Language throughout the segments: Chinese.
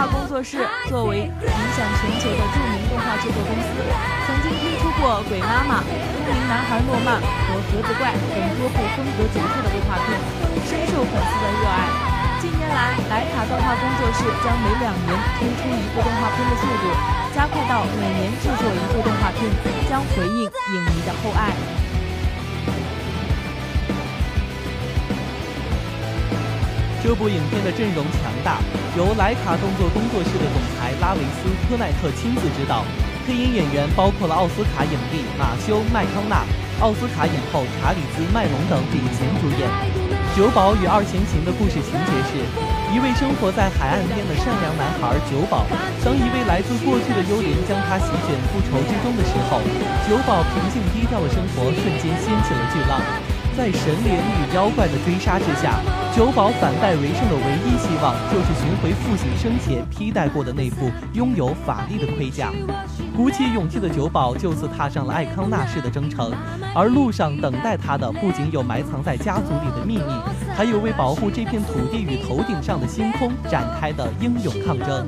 画工作室作为影响全球的著名动画制作公司，曾经推出过《鬼妈妈》《通灵男孩诺曼》和《盒子怪》等多部风格独特的动画片，深受粉丝的热爱。近年来，莱卡动画工作室将每2年推出一部动画片的速度加快到每年制作一部动画片，将回应影迷的厚爱。 这部影片的阵容强大，由莱卡动作工作室的总裁拉维斯·科奈特亲自指导，配音演员包括了奥斯卡影帝马修·麦康纳、奥斯卡影后查理兹·麦隆等领衔主演。九保与二弦琴的故事情节是，一位生活在海岸边的善良男孩九保，当一位来自过去的幽灵将他席卷复仇之中的时候，九保平静低调的生活瞬间掀起了巨浪。在神灵与妖怪的追杀之下，九保反败为胜的唯一希望就是寻回父亲生前披戴过的那副拥有法力的盔甲。鼓起勇气的九保就此踏上了艾康纳市的征程，而路上等待他的不仅有埋藏在家族里的秘密，还有为保护这片土地与头顶上的星空展开的英勇抗争。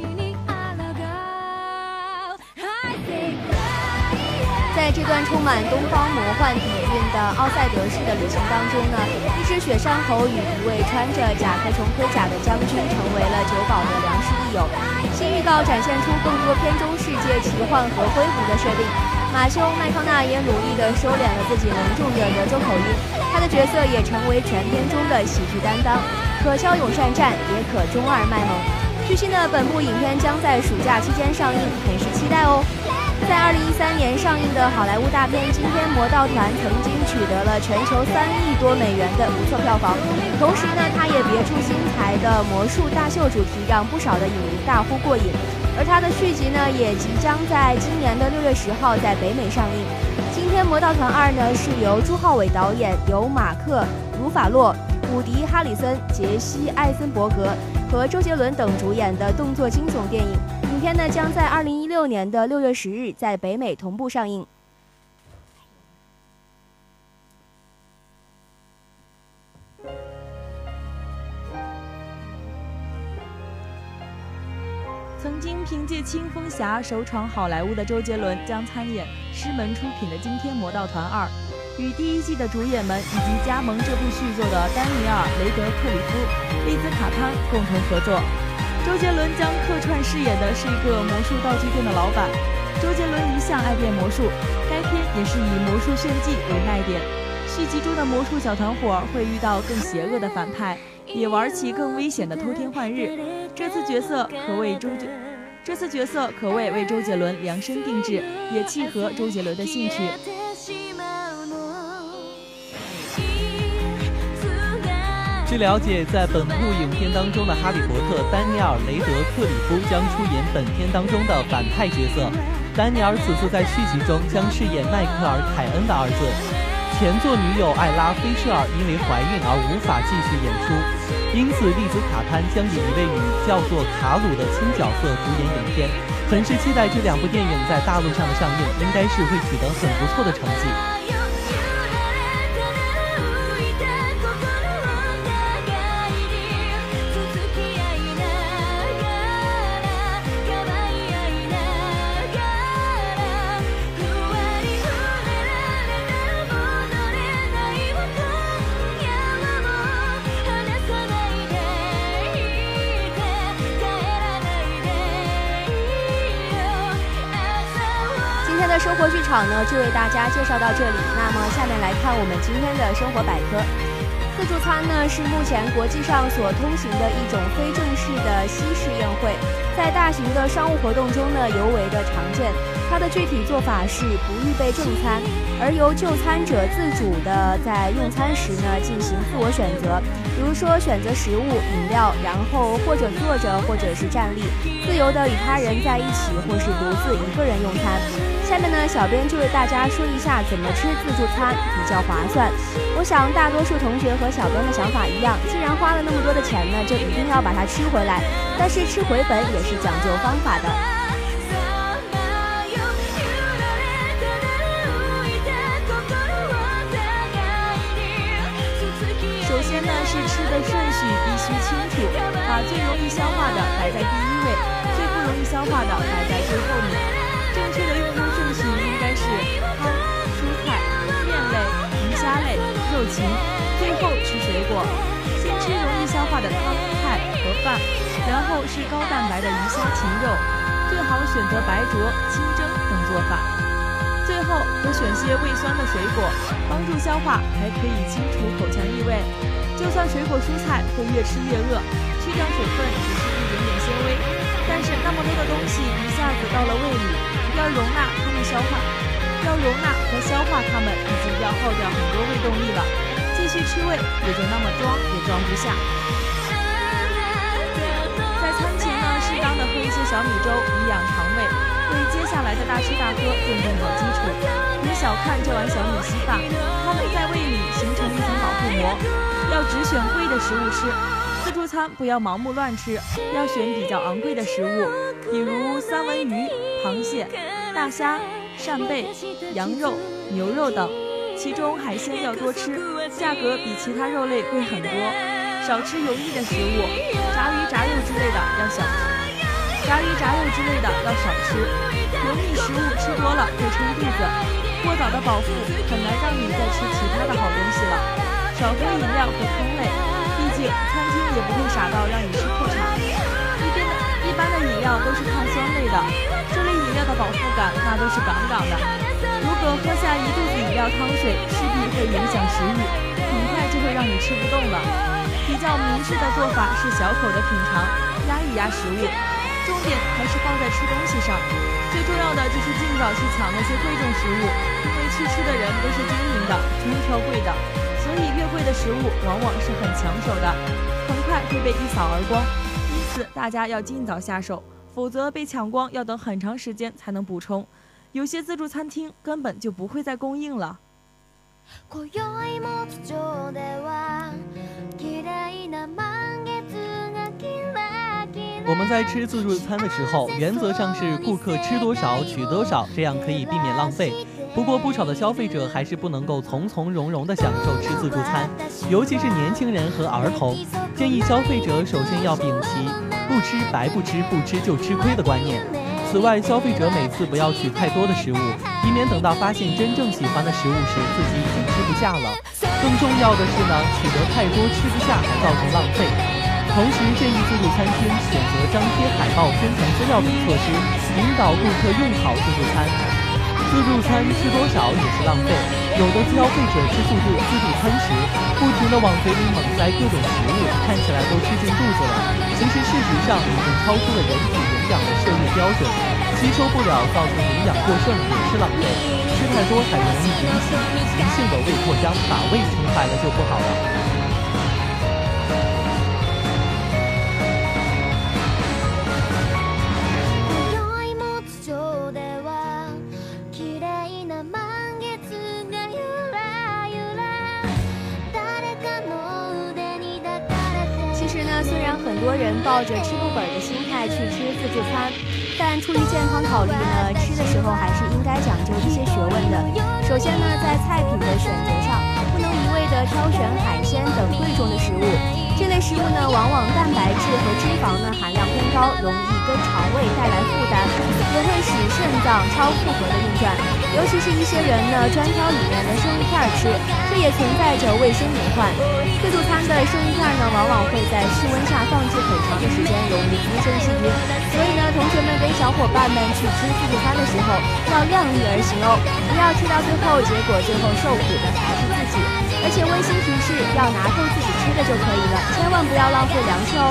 在这段充满东方魔幻底蕴的奥赛德式的旅行当中呢，一只雪山猴与一位穿着甲壳虫盔甲的将军成为了九保的良师益友。新预告展现出更多片中世界奇幻和恢宏的设定。马修·麦康纳也努力地收敛了自己浓重的德州口音，他的角色也成为全片中的喜剧担当，可骁勇善战，也可中二卖萌。据悉呢，本部影片将在暑假期间上映，很是期待哦。在2013年上映的好莱坞大片《惊天魔盗团》曾经取得了全球3亿多美元的不错票房，同时呢，它也别出心裁的魔术大秀主题让不少的影迷大呼过瘾。而它的续集呢，也即将在今年的6月10号在北美上映。《惊天魔盗团2》呢是由朱浩伟导演，由马克·鲁法洛、伍迪·哈里森、杰西·艾森伯格和周杰伦等主演的动作惊悚电影。影片呢将在2016年的6月10日在北美同步上映。 曾经凭借《青蜂侠》首闯好莱坞的周杰伦将参演狮门出品的《惊天魔盗团2》，与第1季的主演们以及加盟这部续作的丹尼尔·雷德克里夫、丽兹卡潘共同合作。周杰伦将客串饰演的是一个魔术道具店的老板。周杰伦一向爱变魔术，该片也是以魔术炫技为卖点。续集中的魔术小团伙会遇到更邪恶的反派，也玩起更危险的偷天换日。这次角色可谓为周杰伦量身定制，也契合周杰伦的兴趣。 据了解，在本部影片当中的哈利波特丹尼尔·雷德克里夫将出演本片当中的反派角色。丹尼尔此次在续集中将饰演迈克尔·凯恩的儿子。前作女友艾拉·菲舍尔因为怀孕而无法继续演出，因此丽兹卡潘将以一位叫做卡鲁的新角色主演影片。很是期待这2部电影在大陆上的上映，应该是会取得很不错的成绩。 生活剧场呢就为大家介绍到这里，那么下面来看我们今天的生活百科。自助餐呢是目前国际上所通行的一种非正式的西式宴会，在大型的商务活动中呢尤为的常见。它的具体做法是不预备正餐，而由就餐者自主的在用餐时呢进行自我选择，比如说选择食物、饮料，然后或者坐着或者是站立，自由的与他人在一起或是独自一个人用餐。下面呢，小编就为大家说一下怎么吃自助餐比较划算。我想大多数同学和小编的想法一样，既然花了那么多的钱呢，就一定要把它吃回来。但是吃回本也是讲究方法的。首先先呢是吃的顺序必须清楚，把最容易消化的摆在第一位，最不容易消化的摆在最后面。正确的用餐顺序应该是汤、蔬菜、面类、鱼虾类、肉禽，最后吃水果。先吃容易消化的汤、菜和饭，然后是高蛋白的鱼虾禽肉，最好选择白灼、清蒸等做法。最后可选些味酸的水果，帮助消化，还可以清除口腔异味。就算水果蔬菜会越吃越饿，去掉水分只是一点点纤维，但是那么多的东西一下子到了胃里，要容纳和消化它们，已经要耗掉很多胃动力了。继续吃胃，也就那么装也装不下。在餐前呢，适当的喝一些小米粥，以养肠胃，为接下来的大吃大喝奠定好基础。别小看这碗小米稀饭，它们在胃里形成一层保护膜。要只选贵的食物吃，自助餐不要盲目乱吃，要选比较昂贵的食物，比如三文鱼、螃蟹、大虾、扇贝、羊肉、牛肉等。其中海鲜要多吃，价格比其他肉类贵很多。少吃油腻的食物，炸鱼炸肉之类的要少吃。油腻食物吃多了会撑肚子，过早的饱腹很难让你再吃其他的好东西了。少喝饮料和汤类，毕竟餐厅也不会傻到让你吃破产。一般的饮料都是碳酸类的，这类饮料的饱腹感那都是杠杠的。如果喝下一肚子饮料汤水，势必会影响食欲，很快就会让你吃不动了。比较明智的做法是小口的品尝，压一压食物，重点还是放在吃东西上。最重要的就是尽早去抢那些贵重食物，因为去吃的人都是精明的，专挑贵的，所以越贵的食物往往是很抢手的，很快会被一扫而光。因此大家要尽早下手，否则被抢光要等很长时间才能补充。有些自助餐厅根本就不会再供应了。 我们在吃自助餐的时候，原则上是顾客吃多少取多少，这样可以避免浪费。不过不少的消费者还是不能够从容地享受吃自助餐，尤其是年轻人和儿童。建议消费者首先要摒弃不吃白不吃，不吃就吃亏的观念。此外，消费者每次不要取太多的食物，以免等到发现真正喜欢的食物时，自己已经吃不下了。更重要的是呢，取得太多吃不下还造成浪费。同时建议自助餐厅选择张贴海报、宣传资料等措施，引导顾客用好自助餐。自助餐吃多少也是浪费，有的消费者吃自助餐时，不停地往嘴里猛塞各种食物，看起来都吃进肚子了，其实事实上已经超出了人体营养的摄入标准，吸收不了，造成营养过剩也是浪费。吃太多还容易引起急性的胃扩张，把胃撑坏了就不好了。 虽然很多人抱着吃不本的心态去吃自助餐，但出于健康考虑呢，吃的时候还是应该讲究一些学问的。首先呢，在菜品的选择上，不能一味的挑选海鲜等贵重的食物。这类食物呢，往往蛋白质和脂肪呢含量偏高，容易跟肠胃带来负担，也会使肾脏超负荷的运转。尤其是一些人呢，专挑里面的生鱼片吃，这也存在着卫生隐患。自助餐的生鱼片呢，往往会在室温下放置很长的时间，容易滋生细菌。所以呢，同学们跟小伙伴们去吃自助餐的时候，要量力而行哦，不要吃到最后，结果最后受苦的还是自己。而且温馨提示，要拿够自己吃的就可以了，千万不要浪费粮食哦。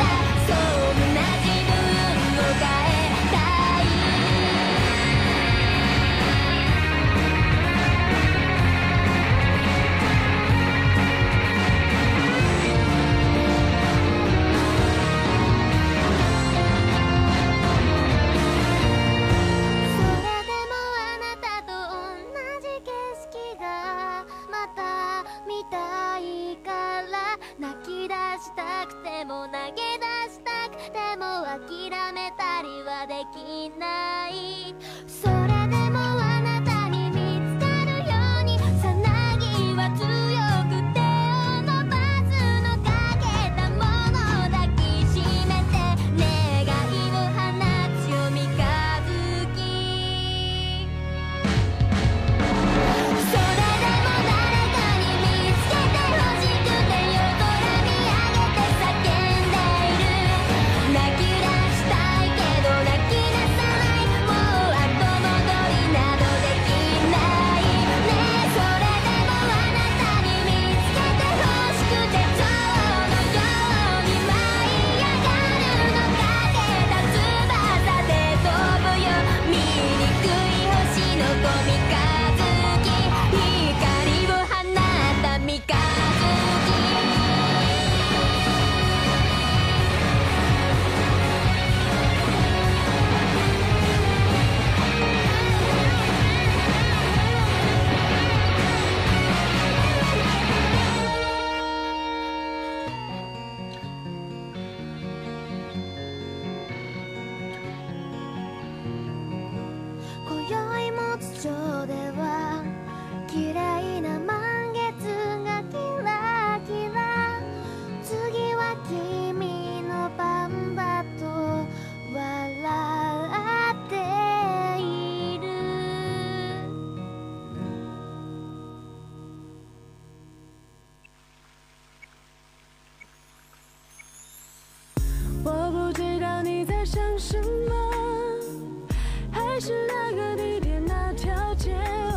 想什么？还是那个地点那条街？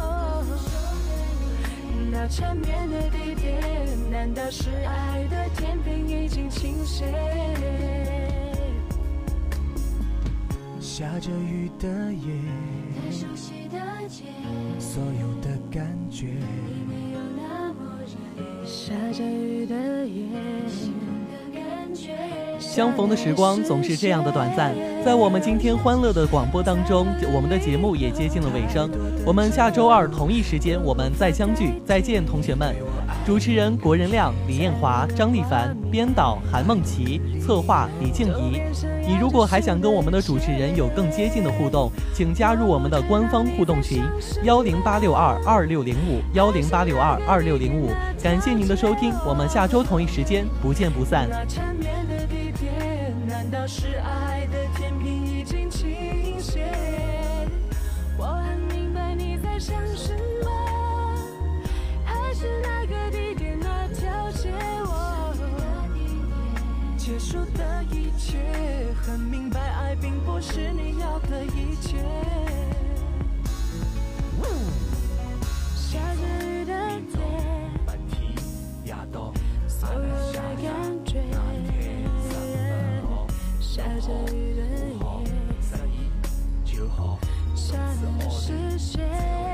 那缠绵的地点，难道是爱的天平已经倾斜？ 下着雨的夜， 太熟悉的街， 所有的感觉你没有那么热烈。下着雨的夜，心动的感觉。 相逢的时光总是这样的短暂，在我们今天欢乐的广播当中，我们的节目也接近了尾声。我们下周二同一时间我们再相聚，再见，同学们。主持人国人亮、李艳华、张丽凡，编导韩梦琪，策划李静怡。你如果还想跟我们的主持人有更接近的互动，请加入我们的官方互动群108622605，108622605。感谢您的收听，我们下周同一时间不见不散。 难道是爱的天平已经倾斜？我很明白你在想什么，还是那个地点那条街？结束的一切，很明白爱并不是你要的一切。下着雨的夜，所有的感觉。下着雨的夜，下的是谁？